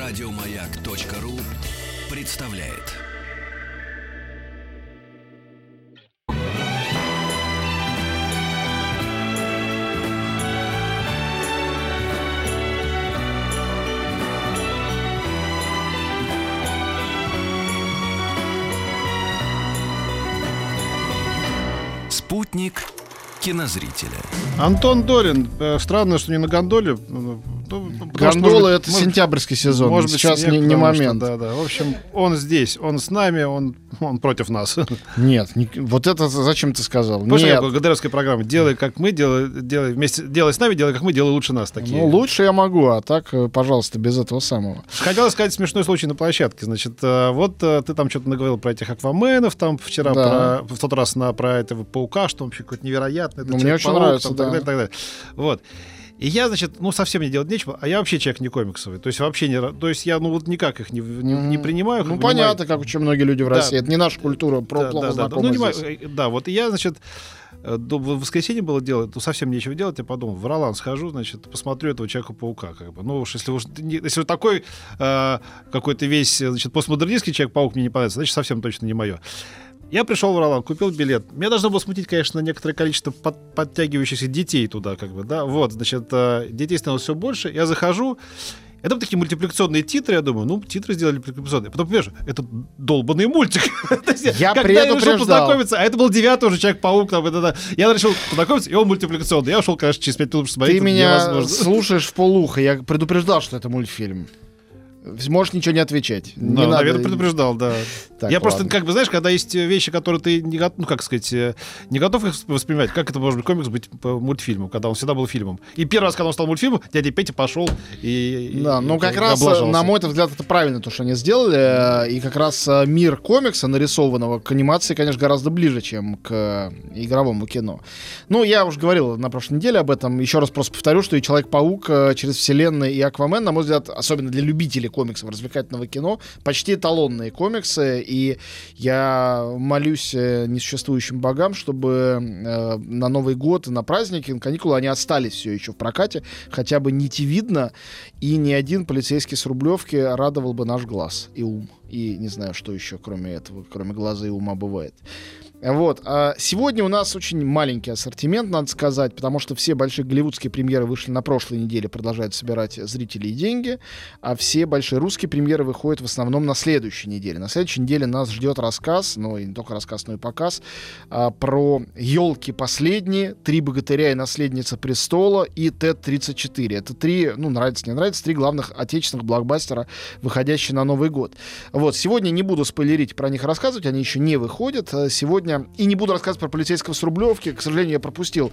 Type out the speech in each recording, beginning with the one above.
Радиомаяк.ру представляет. Спутник кинозрителя. Антон Долин. Странно, что не на гондоле. Гондола — это сентябрьский сезон. Может быть, сейчас снег, не момент. Что, да. В общем, он здесь, он с нами, он против нас. Нет, вот это зачем ты сказал? Помнишь, Нет. ГДРовская программа «Делай, как мы, делай вместе, делай с нами, делай, как мы, делай лучше нас». Такие. Ну, лучше я могу, а так, пожалуйста, без этого самого. Хотел сказать смешной случай на площадке. Значит, вот ты там что-то наговорил про этих акваменов, там вчера, Да. в тот раз про этого паука, что он вообще какой-то невероятный. Ну, мне очень нравится, там, да. так далее. Вот. И я, значит, совсем не делать нечего, а я вообще человек не комиксовый. То есть вообще я, никак их не принимаю. Ну, понятно, как очень многие люди в Да. России. Это не наша культура, плохо знакомы здесь. Да, вот и я, значит, в воскресенье было дело, совсем нечего делать, я подумал, в Ролан схожу, значит, посмотрю этого Человека-паука, как бы. Ну уж если такой какой-то весь, значит, постмодернистский Человек-паук мне не понравится, значит, совсем точно не мое. Я пришел в Ролан, купил билет. Меня должно было смутить, конечно, некоторое количество подтягивающихся детей туда, как бы, да. Вот, значит, детей становилось все больше. Я захожу, и там такие мультипликационные титры, я думаю, титры сделали мультипликационные. Потом, понимаешь, это долбанный мультик. Я Когда я решил предупреждал. познакомиться, а это был 9-й уже Человек-паук, я решил познакомиться, и он мультипликационный. Я ушел, конечно, через 5 минут посмотреть. Ты меня слушаешь вполуха. Я предупреждал, что это мультфильм. Можешь ничего не отвечать. Не надо. Наверное, предупреждал, да. Так, Я просто, ладно. знаешь, когда есть вещи, которые ты не готов их воспринимать, как это может комикс быть мультфильмом, когда он всегда был фильмом. И первый раз, когда он стал мультфильмом, дядя Петя пошел и Да, как раз, облажался. на мой взгляд, это правильно, то, что они сделали. И как раз мир комикса, нарисованного к анимации, конечно, гораздо ближе, чем к игровому кино. Я уже говорил на прошлой неделе об этом. Еще раз просто повторю, что и Человек-паук через вселенные, и Аквамен, на мой взгляд, особенно для любителей комиксов, развлекательного кино, почти эталонные комиксы. И я молюсь несуществующим богам, чтобы на Новый год и на праздники, на каникулы они остались все еще в прокате, хотя бы нитевидно, и ни один полицейский с Рублевки радовал бы наш глаз и ум. И не знаю, что еще кроме этого, кроме глаза и ума бывает. Вот. А сегодня у нас очень маленький ассортимент, надо сказать, потому что все большие голливудские премьеры вышли на прошлой неделе, продолжают собирать зрителей и деньги, а все большие русские премьеры выходят в основном на следующей неделе. На следующей неделе нас ждет рассказ, и не только рассказ, но и показ, про «Елки последние», «Три богатыря и наследница престола» и «Т-34». Это три, нравится, не нравится, три главных отечественных блокбастера, выходящие на Новый год. Вот. Сегодня не буду спойлерить, про них рассказывать, они еще не выходят. Сегодня и не буду рассказывать про полицейского с Рублевки. К сожалению, я пропустил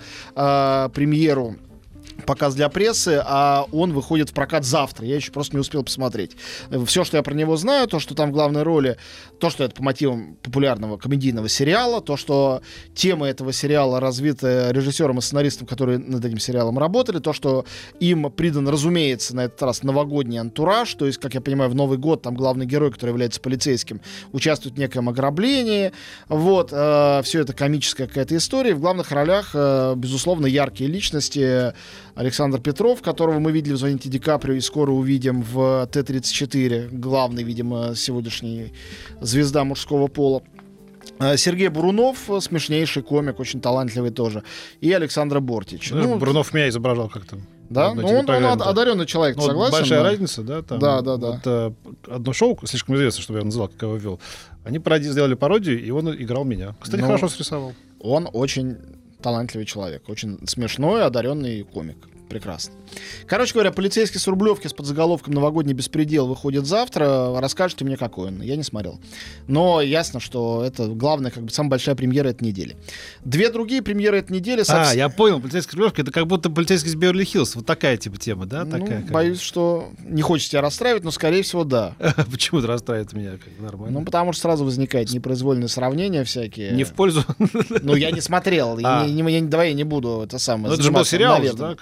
премьеру, показ для прессы, а он выходит в прокат завтра. Я еще просто не успел посмотреть. Все, что я про него знаю, то, что там в главной роли, то, что это по мотивам популярного комедийного сериала, то, что тема этого сериала развита режиссером и сценаристом, которые над этим сериалом работали, то, что им придан, разумеется, на этот раз новогодний антураж, то есть, как я понимаю, в Новый год там главный герой, который является полицейским, участвует в неком ограблении. Вот. Все это комическая какая-то история. В главных ролях, безусловно, яркие личности. Александр Петров, которого мы видели в «Звоните Ди Каприо» и скоро увидим в Т-34, главный, видимо, сегодняшний звезда мужского пола. Сергей Бурунов, смешнейший комик, очень талантливый тоже. И Александр Бортич. Бурунов меня изображал как-то. Да? Он одаренный человек, согласен? Большая разница, да? Там, да. Вот, одно шоу, слишком известно, чтобы я называл, как его вел. Они сделали пародию, и он играл меня. Кстати, хорошо срисовал. Он очень талантливый человек, очень смешной, одаренный комик. Прекрасно. Короче говоря, полицейский с Рублевки с подзаголовком «Новогодний беспредел» выходит завтра. Расскажите мне, какой он. Я не смотрел. Но ясно, что это главная, самая большая премьера этой недели. Две другие премьеры этой недели... Я понял. Полицейский с Рублевки — это как будто полицейский с Беверли-Хиллз. Вот такая тема, да? Боюсь, что не хочется тебя расстраивать, но, скорее всего, да. Почему это расстраивает меня? Нормально. Потому что сразу возникают непроизвольные сравнения всякие. Не в пользу? Я не смотрел. Давай я не буду это самое. Это же был сериал, да?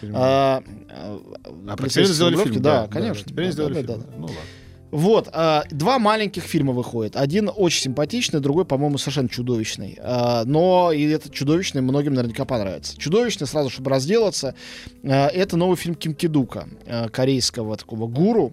Теперь сделали фильм. Да, конечно. Теперь сделали фильм. Ну ладно. Вот, два маленьких фильма выходят. Один очень симпатичный, другой, по-моему, совершенно чудовищный. Но и этот чудовищный многим наверняка понравится. Чудовищный, сразу, чтобы разделаться, это новый фильм Ким Ки Дука, корейского такого гуру,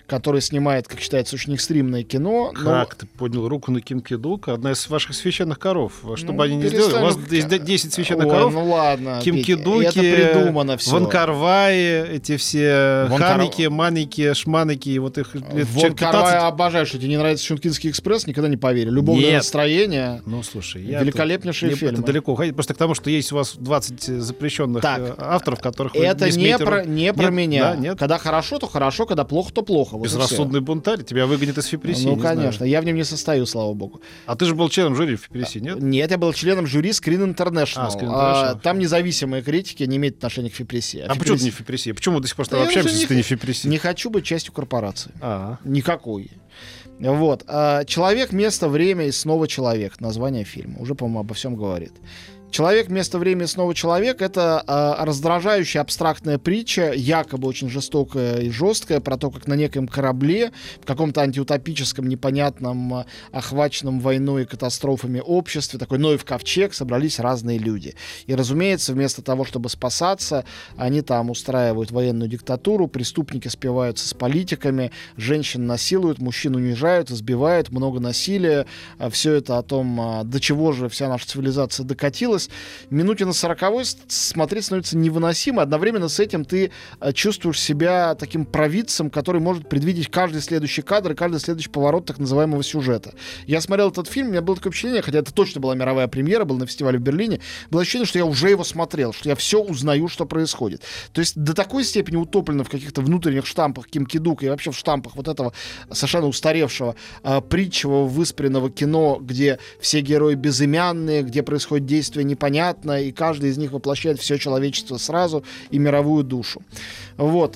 который снимает, как считается, очень экстремное кино. Как ты поднял руку на Ким Ки-дук? Одна из ваших священных коров. Что бы они ни перестань. сделали, у вас есть 10 священных Ой, коров. ну ладно, Ким Петя, Ки-дуки, это придумано все. Ван-Кар-ваи, эти все Ван-Кар- ханики, маники, шманики, и вот их лет Вон человек Кар-вай 15. обожаю, что тебе не нравится Щункинский экспресс, никогда не поверю. Любовное Нет. настроение. Ну, слушай, Великолепнейшие тут, фильмы. это далеко уходить. Просто к тому, что есть у вас 20 запрещенных Так, авторов, которых вы Это не смеете про Нет? меня. Да, нет? Когда хорошо, то хорошо, когда плохо, то плохо. Вот и всё. Безрассудный бунтарь, тебя выгонят из Фипреси. Ну, не знаю. конечно, я в нем не состою, слава богу. А ты же был членом жюри в Фипреси, нет? Нет, я был членом жюри Screen International. Screen International. Там независимые критики не имеют отношения к Фипреси. А почему ты не в Фипреси? Почему мы до сих пор с Да тобой я общаемся, уже если ты не в Фипреси? Не хочу быть частью корпорации. А. Никакой. Вот. «Человек, место, время» и снова «Человек». Название фильма. Уже, по-моему, обо всем говорит. «Человек, место, время и снова человек» — это раздражающая абстрактная притча, якобы очень жестокая и жесткая, про то, как на некоем корабле, в каком-то антиутопическом, непонятном, охваченном войной и катастрофами обществе, такой Ноев ковчег, собрались разные люди. И, разумеется, вместо того, чтобы спасаться, они там устраивают военную диктатуру, преступники спиваются с политиками, женщин насилуют, мужчин унижают, избивают, много насилия. Все это о том, до чего же вся наша цивилизация докатилась. Минуте на 40-й смотреть становится невыносимо. Одновременно с этим ты чувствуешь себя таким провидцем, который может предвидеть каждый следующий кадр и каждый следующий поворот так называемого сюжета. Я смотрел этот фильм, у меня было такое впечатление, хотя это точно была мировая премьера, был на фестивале в Берлине, было ощущение, что я уже его смотрел, что я все узнаю, что происходит. То есть до такой степени утоплено в каких-то внутренних штампах Ким Ки-дука и вообще в штампах вот этого совершенно устаревшего, притчевого, выспренного кино, где все герои безымянные, где происходит действие непонятно, и каждый из них воплощает все человечество сразу и мировую душу. Вот.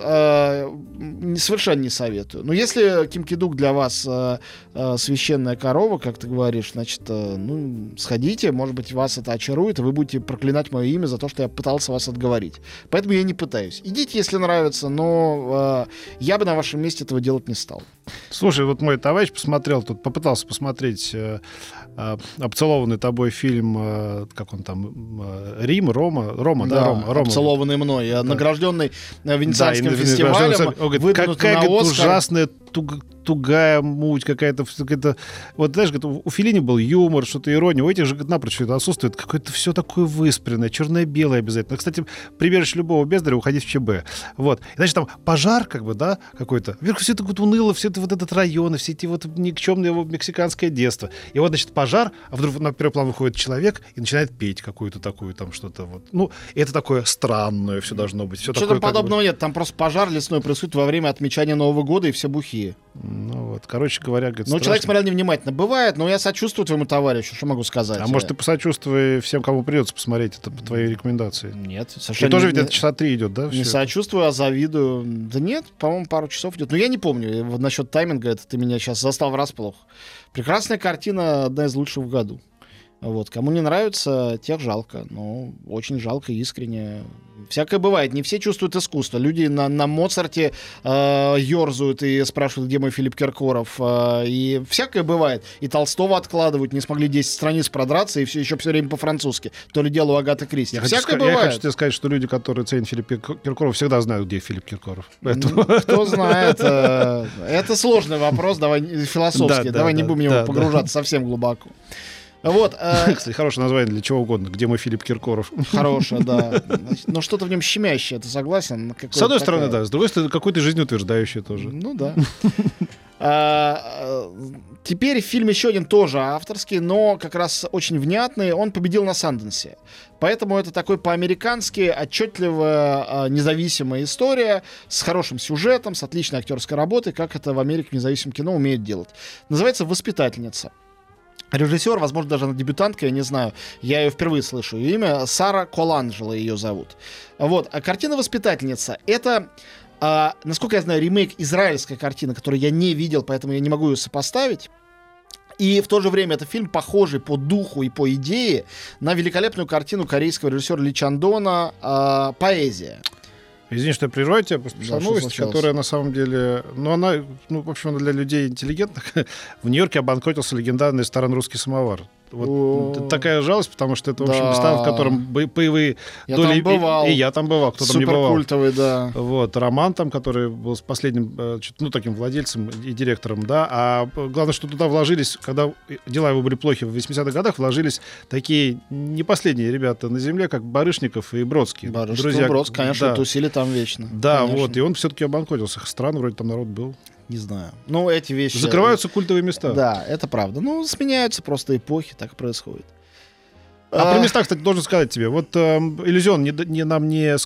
Совершенно не советую. Но если Ким Ки-дук для вас священная корова, как ты говоришь, значит, сходите, может быть, вас это очарует, и вы будете проклинать мое имя за то, что я пытался вас отговорить. Поэтому я не пытаюсь. Идите, если нравится, но я бы на вашем месте этого делать не стал. Слушай, вот мой товарищ попытался посмотреть обцелованный тобой фильм, как он там, Рома, обцелованный мной, награжденный Венецианским да, фестивалем, он говорит, выдвинутый какая на говорит, Оскар. ужасная тугая муть какая-то. Вот знаешь, у Феллини был юмор, что-то ирония, у этих же напрочь это отсутствует. Какое-то все такое выспренное, черное-белое обязательно. Кстати, прибежище любого бездаря — уходить в ЧБ. Вот. И, значит, там пожар, какой-то. Вверх все это уныло, все это вот этот район, все эти вот никчемное его мексиканское детство. И вот, значит, пожар, а вдруг на первый план выходит человек и начинает петь какую-то такую там что-то вот. Ну, это такое странное все должно быть. Все Что там подобного нет, там просто пожар лесной происходит во время отмечания Нового года, и все бухие. Ну вот, короче говоря, говорит, ну, человек смотрел невнимательно. Бывает, но я сочувствую твоему товарищу, что могу сказать. А может, ты посочувствуй всем, кому придется посмотреть это по твоей рекомендации? Нет, совершенно. И тоже ведь это часа 3 идет, да? Не сочувствую, а завидую. Да нет, по-моему, пару часов идет. Но я не помню. Вот насчет тайминга, это ты меня сейчас застал врасплох. Прекрасная картина, одна из лучших в году. Вот. Кому не нравится, тех жалко. Ну, очень жалко, искренне. Всякое бывает. Не все чувствуют искусство. Люди на Моцарте ерзают и спрашивают, где мой Филипп Киркоров. И всякое бывает. И Толстого откладывают, не смогли 10 страниц продраться, и еще все время по-французски. То ли дело у Агаты Кристи. Всякое бывает. Я хочу тебе сказать, что люди, которые ценят Филиппа Киркорова, всегда знают, где Филипп Киркоров. Ну, кто знает. Это сложный вопрос, давай философский. Давай не будем в него погружаться совсем глубоко. Вот, кстати, хорошее название для чего угодно. Где мой Филипп Киркоров? Хорошее, да. Но что-то в нем щемящее, ты согласен? С одной стороны, да. С другой стороны, какой-то жизнеутверждающий тоже. Ну да. Теперь фильм еще один тоже авторский, но как раз очень внятный. Он победил на Санденсе. Поэтому это такой по-американски отчетливая независимая история с хорошим сюжетом, с отличной актерской работой, как это в Америке в независимом кино умеют делать. Называется «Воспитательница». Режиссер, возможно, даже она дебютантка, я не знаю. Я ее впервые слышу. Ее имя Сара Коланджело ее зовут. Вот. А картина «Воспитательница» — это, насколько я знаю, ремейк израильской картины, которую я не видел, поэтому я не могу ее сопоставить. И в то же время это фильм, похожий по духу и по идее на великолепную картину корейского режиссера Ли Чандона «Поэзия». Извини, что я прерываю тебя, просто пришла новость, которая на самом деле, в общем, для людей интеллигентных. В Нью-Йорке обанкротился легендарный ресторан «Русский самовар». Вот такая жалость, потому что это, в общем, Да. места, в котором боевые Я доли... там бывал. И я там бывал, кто там не бывал. Суперкультовый, да. Вот, Роман там, который был с последним, таким владельцем и директором, да, а главное, что туда вложились, когда дела его были плохи в 80-х годах, вложились такие не последние ребята на земле, как Барышников и Бродский. Барышников, Бродский, конечно, да. тусили там вечно. Да, Конечно. вот, и он все-таки обанкротился. Странно, вроде там народ был. Не знаю. Ну, эти вещи... Закрываются культовые места. Да, это правда. Ну, сменяются просто эпохи, так происходит. А про места, кстати, должен сказать тебе. Вот «Иллюзион» нам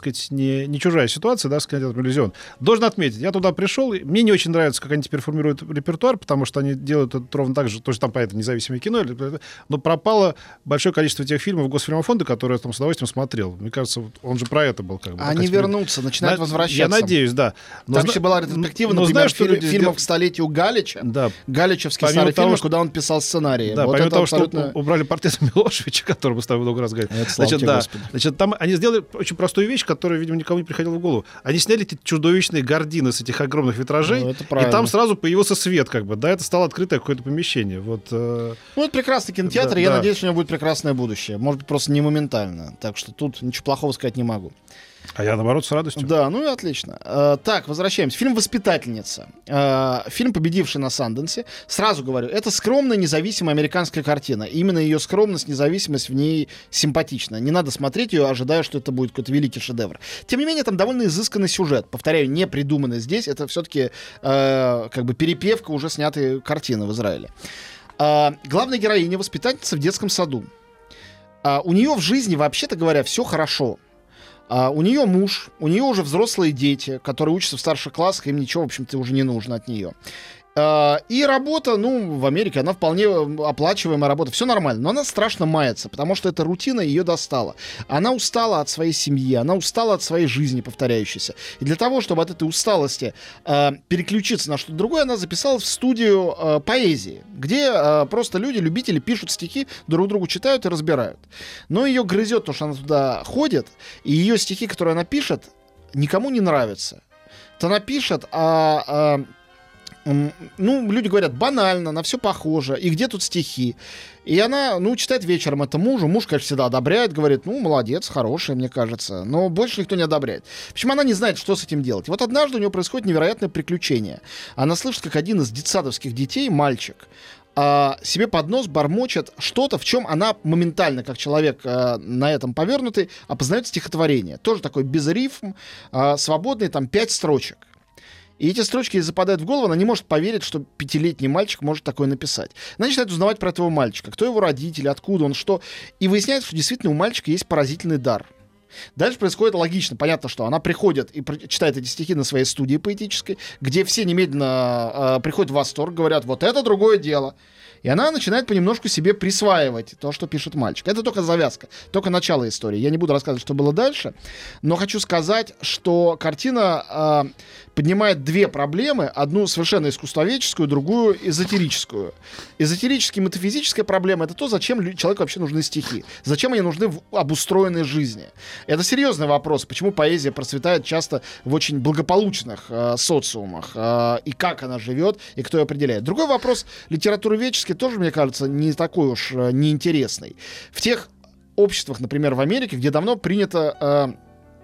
не чужая ситуация, да, сказать про «Иллюзион». Должен отметить, я туда пришел, и мне не очень нравится, как они теперь формируют репертуар, потому что они делают это ровно так же, тоже там, понятно, независимое кино, но пропало большое количество тех фильмов Госфильмофонда, которые я там с удовольствием смотрел. Мне кажется, он же про это был. Как бы, они вернутся, начинают возвращаться. Я надеюсь, да. Но там еще была ретроспектива, например, фильмов к столетию Галича. Да. Галичевский старый фильм, куда он писал сценарий. Да, вот помимо того, абсолютно... что убрали портрет Милошевича, который мы с тобой много раз говорили. Значит, там они сделали очень простую вещь, которая, видимо, никому не приходила в голову. Они сняли эти чудовищные гардины с этих огромных витражей, и там сразу появился свет, как бы, да, это стало открытое какое-то помещение. Вот, ну, это прекрасный кинотеатр, я надеюсь, что у него будет прекрасное будущее. Может быть, просто не моментально. Так что тут ничего плохого сказать не могу. А я, наоборот, с радостью. Да, ну и отлично. Так, возвращаемся. Фильм «Воспитательница». Фильм, победивший на Санденсе. Сразу говорю, это скромная, независимая американская картина. Именно ее скромность, независимость в ней симпатична. Не надо смотреть ее, ожидая, что это будет какой-то великий шедевр. Тем не менее, там довольно изысканный сюжет. Повторяю, не придуманный здесь. Это все-таки как бы перепевка уже снятой картины в Израиле. Главная героиня — воспитательница в детском саду. У нее в жизни, вообще-то говоря, все хорошо. У нее муж, у нее уже взрослые дети, которые учатся в старших классах, им ничего, в общем-то, уже не нужно от нее. И работа, ну, в Америке, она вполне оплачиваемая работа, все нормально, но она страшно мается, потому что эта рутина ее достала. Она устала от своей семьи, она устала от своей жизни повторяющейся. И для того, чтобы от этой усталости переключиться на что-то другое, она записалась в студию поэзии, где просто люди, любители, пишут стихи, друг другу читают и разбирают. Но ее грызет то, что она туда ходит, и ее стихи, которые она пишет, никому не нравятся. То она пишет ну, люди говорят, банально, на все похоже, и где тут стихи? И она, ну, читает вечером это мужу, муж, конечно, всегда одобряет, говорит, ну, молодец, хороший, мне кажется, но больше никто не одобряет. В общем, она не знает, что с этим делать. И вот однажды у нее происходит невероятное приключение. Она слышит, как один из детсадовских детей, мальчик, себе под нос бормочет что-то, в чем она моментально, как человек на этом повернутый, опознает стихотворение. Тоже такой без рифм, свободный, там, 5 строчек. И эти строчки ей западают в голову, она не может поверить, что 5-летний мальчик может такое написать. Она начинает узнавать про этого мальчика, кто его родители, откуда он, что. И выясняется, что действительно у мальчика есть поразительный дар. Дальше происходит логично. Понятно, что она приходит и читает эти стихи на своей студии поэтической, где все немедленно приходят в восторг, говорят, вот это другое дело. И она начинает понемножку себе присваивать то, что пишет мальчик. Это только завязка, только начало истории. Я не буду рассказывать, что было дальше, но хочу сказать, что картина поднимает две проблемы. Одну совершенно искусствоведческую, другую эзотерическую. Эзотерическая и метафизическая проблема — это то, зачем человеку вообще нужны стихи. Зачем они нужны в обустроенной жизни. Это серьезный вопрос. Почему поэзия процветает часто в очень благополучных социумах. И как она живет, и кто ее определяет. Другой вопрос литературоведческий тоже, мне кажется, не такой уж неинтересный. В тех обществах, например, в Америке, где давно принято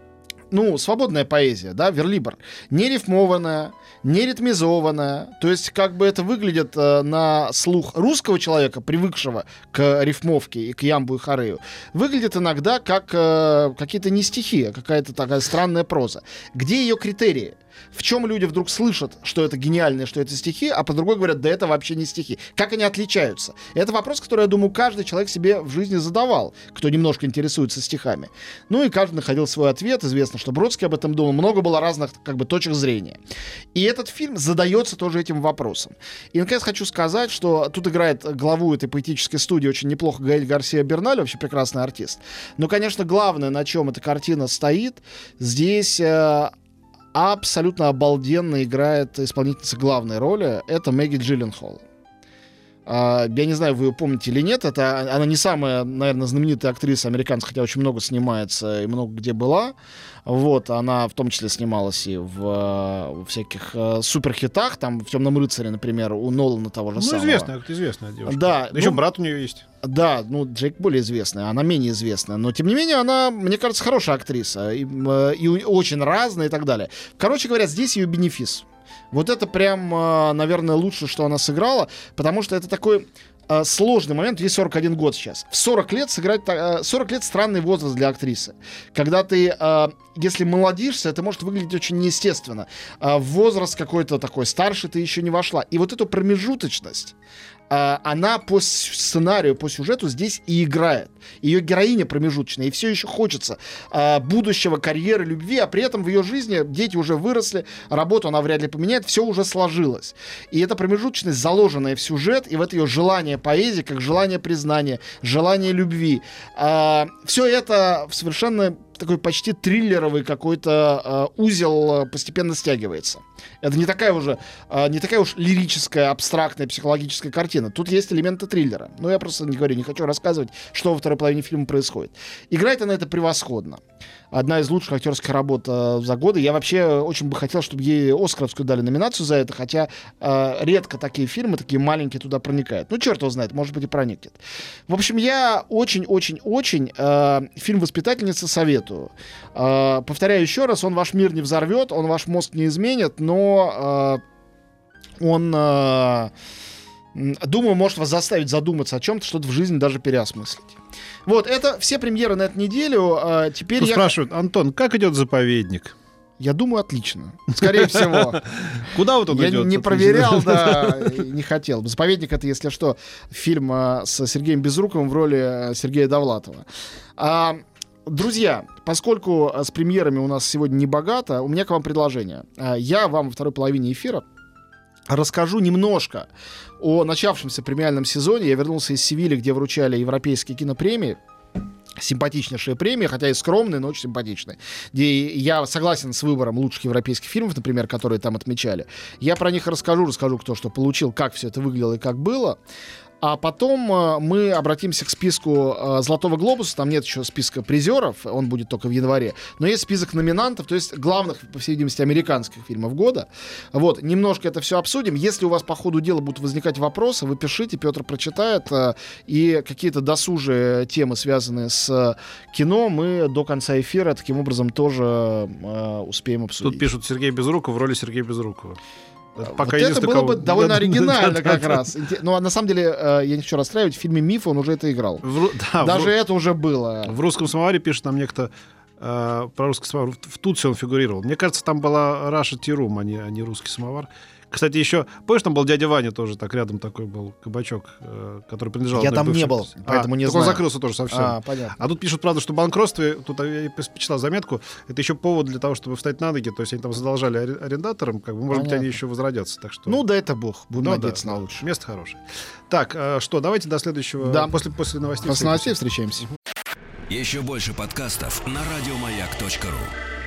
свободная поэзия, да, верлибр, не рифмованная, не ритмизованная, то есть как бы это выглядит на слух русского человека, привыкшего к рифмовке и к ямбу и хорею, выглядит иногда как какие-то не стихи, а какая-то такая странная проза. Где ее критерии? В чем люди вдруг слышат, что это гениально, что это стихи, а по-другому говорят, да это вообще не стихи. Как они отличаются? Это вопрос, который, я думаю, каждый человек себе в жизни задавал, кто немножко интересуется стихами. Ну и каждый находил свой ответ. Известно, что Бродский об этом думал. Много было разных как бы точек зрения. И этот фильм задается тоже этим вопросом. И, наконец, хочу сказать, что тут играет главу этой поэтической студии очень неплохо Гаэль Гарсия Берналь, вообще прекрасный артист. Но, конечно, главное, на чем эта картина стоит, здесь абсолютно обалденно играет исполнительница главной роли. Это Мэгги Джилленхол. Я не знаю, вы ее помните или нет. Она не самая, наверное, знаменитая актриса американская, хотя очень много снимается и много где была. Вот, она в том числе снималась и в всяких суперхитах. Там в «Темном рыцаре», например, у Нолана того же самого. Известная девушка. Да. Еще брат у нее есть. Да, ну, Джейк более известная, она менее известная. Но, тем не менее, она, мне кажется, хорошая актриса. И очень разная и так далее. Короче говоря, здесь ее бенефис. Вот это прям, наверное, лучше, что она сыграла. Потому что это такой сложный момент. Ей 41 год сейчас. В 40 лет сыграть... 40 лет странный возраст для актрисы. Когда ты, если молодишься, это может выглядеть очень неестественно. В возраст какой-то такой старше ты еще не вошла. И вот эту промежуточность она по сценарию, по сюжету здесь и играет. Ее героиня промежуточная, и все еще хочется будущего, карьеры, любви, а при этом в ее жизни дети уже выросли, работу она вряд ли поменяет, все уже сложилось. И эта промежуточность, заложенная в сюжет, и в это ее желание поэзии, как желание признания, желание любви, все это совершенно такой почти триллеровый какой-то узел постепенно стягивается. Это не такая уж лирическая, абстрактная, психологическая картина. Тут есть элементы триллера. Но я просто не хочу рассказывать, что во второй половине фильма происходит. Играет она это превосходно. Одна из лучших актерских работ за годы. Я вообще очень бы хотел, чтобы ей Оскаровскую дали номинацию за это, хотя редко такие фильмы, такие маленькие, туда проникают. Ну, черт его знает, может быть, и проникнет. В общем, я очень-очень-очень фильм «Воспитательница» советую. Повторяю еще раз, он ваш мир не взорвет, он ваш мозг не изменит, но он... думаю, может вас заставить задуматься о чем-то, что-то в жизни даже переосмыслить. Вот, это все премьеры на эту неделю. Теперь спрашивают, Антон, как идет «Заповедник»? Я думаю, отлично. Скорее всего. Куда вот он идет? Я не проверял, да, не хотел. «Заповедник» — это, если что, фильм с Сергеем Безруковым в роли Сергея Довлатова. Друзья, поскольку с премьерами у нас сегодня не богато, у меня к вам предложение. Я вам во второй половине эфира расскажу немножко о начавшемся премиальном сезоне. Я вернулся из Севильи, где вручали европейские кинопремии. Симпатичнейшая премия, хотя и скромная, но очень симпатичная. Где я согласен с выбором лучших европейских фильмов, например, которые там отмечали. Я про них расскажу, кто что получил, как все это выглядело и как было. А потом мы обратимся к списку «Золотого глобуса». Там нет еще списка призеров, он будет только в январе. Но есть список номинантов, то есть главных, по всей видимости, американских фильмов года. Вот, немножко это все обсудим. Если у вас по ходу дела будут возникать вопросы, вы пишите, Петр прочитает. И какие-то досужие темы, связанные с кино, мы до конца эфира таким образом тоже успеем обсудить. Тут пишут Сергей Безруков в роли Сергея Безрукова. Пока вот это было бы довольно оригинально как раз. Ну, а на самом деле, я не хочу расстраивать, в фильме «Миф» он уже это играл. Даже это уже было. В «Русском самоваре» пишет нам некто про «Русский самовар». В Тутси он фигурировал. Мне кажется, там была Russia Tea Room, а не «Русский самовар». Кстати, еще, помнишь, там был дядя Ваня тоже, так рядом такой был кабачок, который принадлежал... Я там не был, поэтому не знаю. Он закрылся тоже совсем. Понятно. А тут пишут, правда, что банкротство, тут я почитал заметку, это еще повод для того, чтобы встать на ноги, то есть они там задолжали арендаторам, как бы, может быть, они еще возродятся. Так что... Ну, да это бог, будем надеяться на лучшее. Место хорошее. Так, что, давайте до следующего... Да. После новостей. После новостей встречаемся. Еще больше подкастов на радиомаяк.ру.